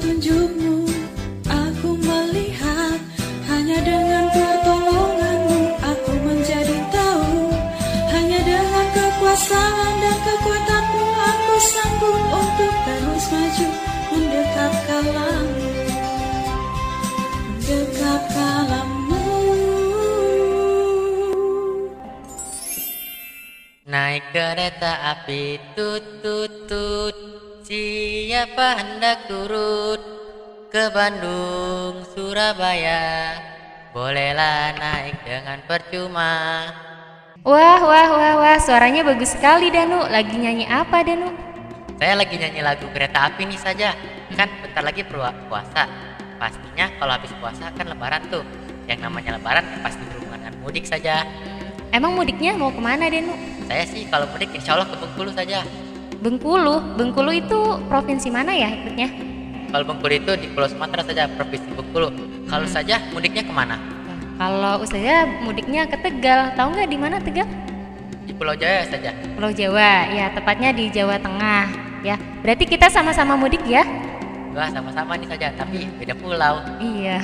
petunjukmu aku melihat, hanya dengan pertolonganmu aku menjadi tahu, hanya dengan kekuasaan dan kekuatanmu aku sanggup untuk terus maju mendekat kalamu, mendekat kalamu. Naik kereta api tut tut tut, siapa hendak turut ke Bandung, Surabaya? Bolehlah naik dengan percuma. Wah, suaranya bagus sekali Danu. Lagi nyanyi apa Danu? Saya lagi nyanyi lagu kereta api nih saja. Kan bentar lagi puasa. Pastinya kalau habis puasa kan lebaran tuh. Yang namanya lebaran ya pasti berhubungan dengan mudik saja. Emang mudiknya mau kemana Danu? Saya sih kalau mudik insya Allah ke Bengkulu saja. Bengkulu itu provinsi mana ya ikutnya? Kalau Bengkulu itu di Pulau Sumatera saja, Provinsi Bengkulu. Kalau saja mudiknya kemana? Kalau saya mudiknya ke Tegal. Tahu nggak di mana Tegal? Di Pulau Jaya saja. Pulau Jawa, ya tepatnya di Jawa Tengah. Ya, berarti kita sama-sama mudik ya? Wah, sama-sama nih saja, tapi beda pulau. Iya.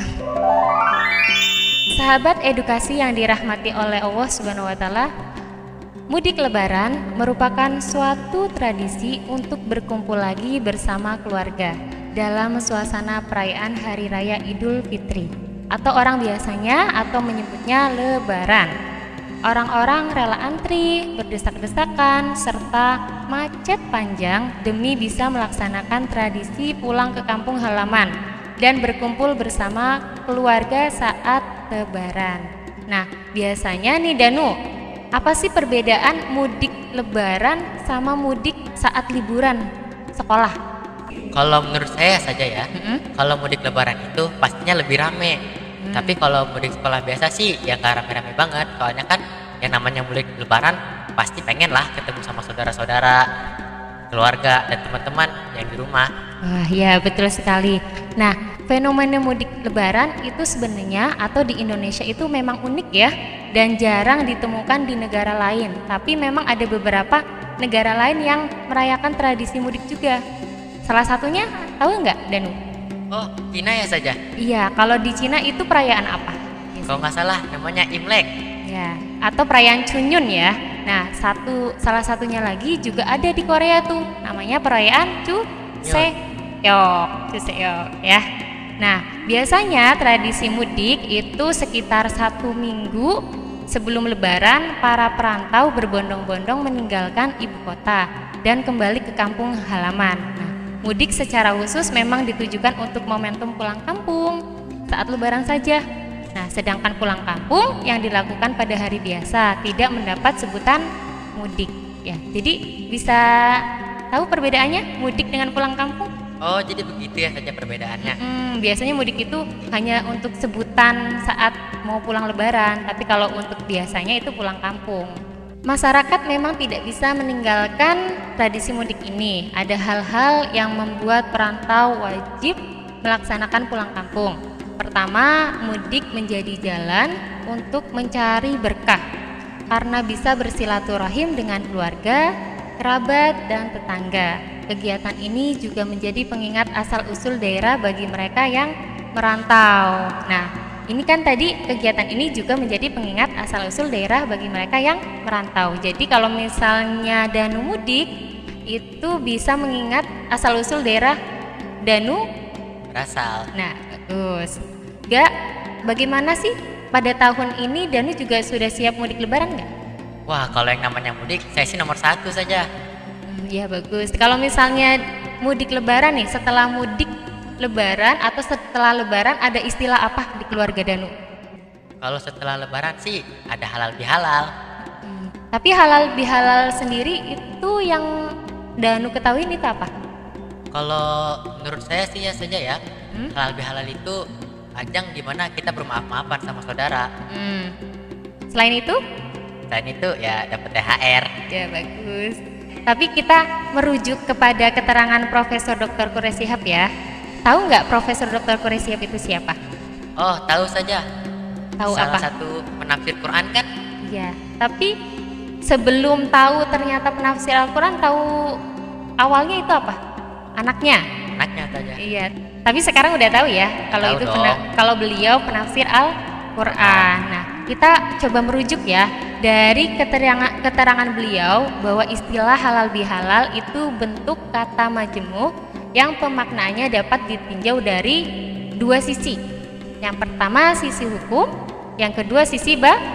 Sahabat edukasi yang dirahmati oleh Allah Subhanahu wa taala, mudik lebaran merupakan suatu tradisi untuk berkumpul lagi bersama keluarga dalam suasana perayaan Hari Raya Idul Fitri, atau orang biasanya atau menyebutnya lebaran. Orang-orang rela antri, berdesak-desakan, serta macet panjang demi bisa melaksanakan tradisi pulang ke kampung halaman dan berkumpul bersama keluarga saat lebaran. Nah, biasanya nih Danu, apa sih perbedaan mudik lebaran sama mudik saat liburan sekolah? Kalau menurut saya saja ya, kalau mudik lebaran itu pastinya lebih rame. Tapi kalau mudik sekolah biasa sih ya nggak rame-rame banget. Soalnya kan yang namanya mudik lebaran pasti pengen lah ketemu sama saudara-saudara, keluarga dan teman-teman yang di rumah. Wah, ya betul sekali. Nah, fenomena mudik lebaran itu sebenarnya atau di Indonesia itu memang unik ya dan jarang ditemukan di negara lain. Tapi memang ada beberapa negara lain yang merayakan tradisi mudik juga. Salah satunya tahu nggak Danu? Oh, Cina ya saja? Iya, kalau di Cina itu perayaan apa? Kalau nggak salah namanya Imlek. Ya, atau perayaan Chunyun ya. Nah, salah satunya lagi juga ada di Korea tuh, namanya perayaan Chuseok ya. Nah, biasanya tradisi mudik itu sekitar 1 minggu sebelum lebaran para perantau berbondong-bondong meninggalkan ibu kota dan kembali ke kampung halaman. Nah, mudik secara khusus memang ditujukan untuk momentum pulang kampung saat lebaran saja. Nah, sedangkan pulang kampung yang dilakukan pada hari biasa tidak mendapat sebutan mudik ya. Jadi bisa tahu perbedaannya mudik dengan pulang kampung? Oh, jadi begitu ya saja perbedaannya. Biasanya mudik itu hanya untuk sebutan saat mau pulang lebaran, tapi kalau untuk biasanya itu pulang kampung. Masyarakat memang tidak bisa meninggalkan tradisi mudik ini. Ada hal-hal yang membuat perantau wajib melaksanakan pulang kampung. Pertama, mudik menjadi jalan untuk mencari berkah karena bisa bersilaturahim dengan keluarga, kerabat, dan tetangga. Kegiatan ini juga menjadi pengingat asal-usul daerah bagi mereka yang merantau. Nah, ini kan tadi kegiatan ini juga menjadi pengingat asal-usul daerah bagi mereka yang merantau. Jadi kalau misalnya Danu mudik, itu bisa mengingat asal-usul daerah Danu berasal. Nah, bagus. Bagaimana sih pada tahun ini Danu juga sudah siap mudik lebaran nggak? Wah, kalau yang namanya mudik, saya sih nomor 1 saja. Ya bagus. Kalau misalnya mudik lebaran nih, setelah mudik lebaran atau setelah lebaran ada istilah apa di keluarga Danu? Kalau setelah lebaran sih ada halal bihalal. Tapi halal bihalal sendiri itu yang Danu ketahui itu apa? Kalau menurut saya sih ya saja ya, halal bihalal itu ajang dimana kita bermaaf-maafan sama saudara. Selain itu ya dapat THR. Ya bagus. Tapi kita merujuk kepada keterangan Profesor Dr. Quraish Shihab ya. Tahu nggak Profesor Dr. Quraish Shihab itu siapa? Oh, tahu saja. Tahu Salah apa? satu penafsir Quran kan? Iya. Tapi sebelum tahu ternyata penafsir Al-Quran, tahu awalnya itu apa? Anaknya Anaknya saja. Iya. Tapi sekarang udah tahu ya kalau Tahu itu dong. kalau beliau penafsir Al-Qur'an. Nah, kita coba merujuk ya dari keterangan beliau bahwa istilah halal bihalal itu bentuk kata majemuk yang pemaknaannya dapat ditinjau dari dua sisi. Yang pertama sisi hukum, yang kedua sisi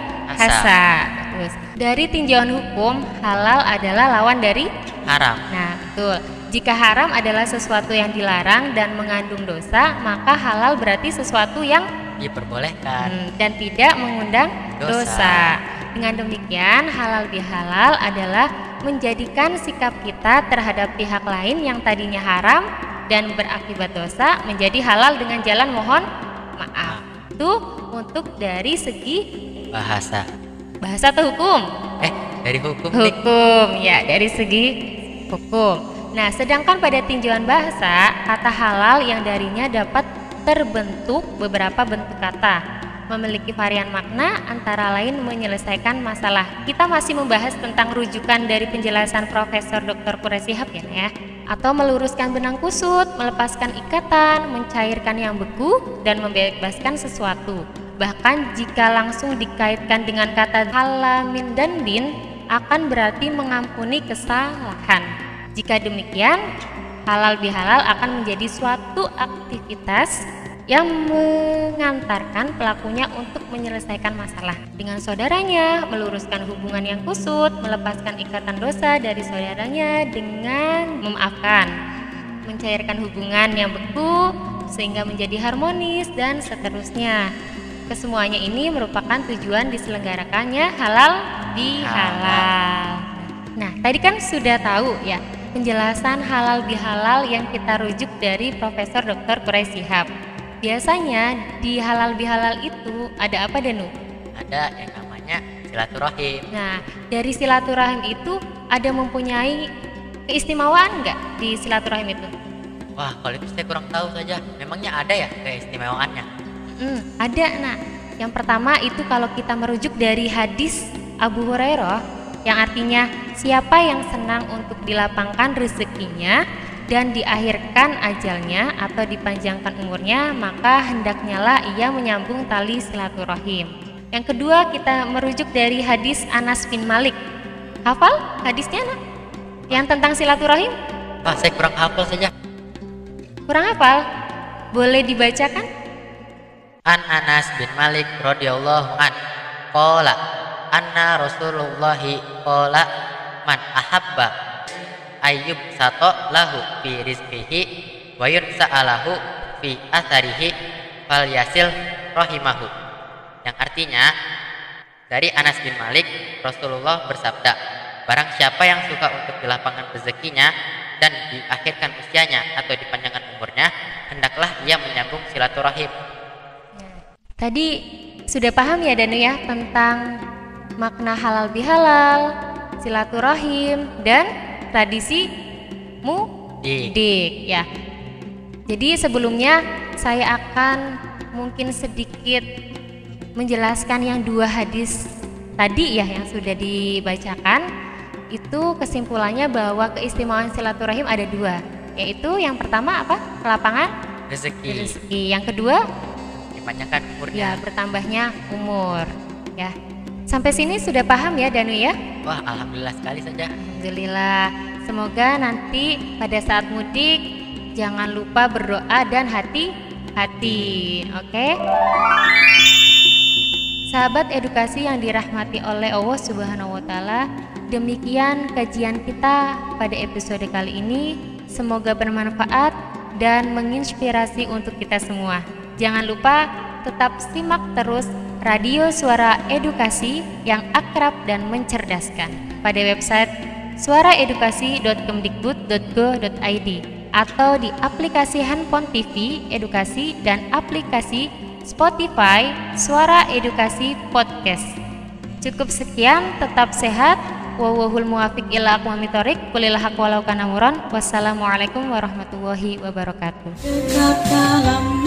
bahasa. Terus dari tinjauan hukum, halal adalah lawan dari Haram. Nah, betul. Jika haram adalah sesuatu yang dilarang dan mengandung dosa, maka halal berarti sesuatu yang Diperbolehkan. dan tidak mengundang Dosa. dosa. Dengan demikian, halal bihalal adalah menjadikan sikap kita terhadap pihak lain yang tadinya haram dan berakibat dosa menjadi halal dengan jalan mohon maaf. Itu untuk dari segi Bahasa. bahasa atau hukum? Dari hukum nih. Hukum, ya, dari segi hukum. Nah, sedangkan pada tinjauan bahasa, kata halal yang darinya dapat terbentuk beberapa bentuk kata, memiliki varian makna antara lain menyelesaikan masalah. Kita masih membahas tentang rujukan dari penjelasan Profesor Dr. Quraish Shihab ya, atau meluruskan benang kusut, melepaskan ikatan, mencairkan yang beku, dan membebaskan sesuatu. Bahkan jika langsung dikaitkan dengan kata halamin dan bin, akan berarti mengampuni kesalahan. Jika demikian, halal bihalal akan menjadi suatu aktivitas yang mengantarkan pelakunya untuk menyelesaikan masalah dengan saudaranya, meluruskan hubungan yang kusut, melepaskan ikatan dosa dari saudaranya dengan memaafkan, mencairkan hubungan yang beku sehingga menjadi harmonis, dan seterusnya. Kesemuanya ini merupakan tujuan diselenggarakannya halal bihalal. Nah, tadi kan sudah tahu ya penjelasan halal bihalal yang kita rujuk dari Profesor Dr. Quraish Shihab. Biasanya di halal bihalal itu ada apa, Danu? Ada yang namanya silaturahim. Nah, dari silaturahim itu ada mempunyai keistimewaan nggak di silaturahim itu? Wah, kalau itu saya kurang tahu saja. Memangnya ada ya keistimewaannya? Ada. Nah, yang pertama itu kalau kita merujuk dari hadis Abu Hurairah yang artinya siapa yang senang untuk dilapangkan rezekinya dan diakhirkan ajalnya atau dipanjangkan umurnya, maka hendaknya lah ia menyambung tali silaturahim. Yang kedua kita merujuk dari hadis Anas bin Malik. Hafal hadisnya, Nak? Yang tentang silaturahim? Wah, saya kurang hafal saja. Kurang hafal? Boleh dibacakan? An Anas bin Malik radhiyallahu an qala anna Rasulullahi qala man ahabba ayyub sato lahu fi rizqihi wa yursa'alahu fi atharihi falyasil rahimahu. Yang artinya dari Anas bin Malik, Rasulullah bersabda, barang siapa yang suka untuk dilapangkan rezekinya dan diakhirkan usianya atau dipanjangkan umurnya, hendaklah ia menyambung silaturahim. Tadi sudah paham ya Danu ya tentang makna halal bihalal, silaturahim, dan tradisi mudik ya. Jadi sebelumnya saya akan mungkin sedikit menjelaskan yang dua hadis tadi ya yang sudah dibacakan. Itu kesimpulannya bahwa keistimewaan silaturahim ada dua, yaitu yang pertama apa? Kelapangan Rezeki. Yang kedua Dipanjangkan umurnya. ya bertambahnya umur ya. Sampai sini sudah paham ya Danu ya? Wah, alhamdulillah sekali saja. Alhamdulillah. Semoga nanti pada saat mudik jangan lupa berdoa dan hati-hati. Oke? Sahabat edukasi yang dirahmati oleh Allah Subhanahu wa taala, demikian kajian kita pada episode kali ini. Semoga bermanfaat dan menginspirasi untuk kita semua. Jangan lupa tetap simak terus Radio Suara Edukasi yang akrab dan mencerdaskan pada website suaraedukasi.kemdikbud.go.id atau di aplikasi handphone TV Edukasi dan aplikasi Spotify Suara Edukasi Podcast. Cukup sekian, tetap sehat. Wallahul muwaffiq ila aqwamit thoriq. Qulil haqq walau kana murran. Wassalamualaikum warahmatullahi wabarakatuh. Dekat dalam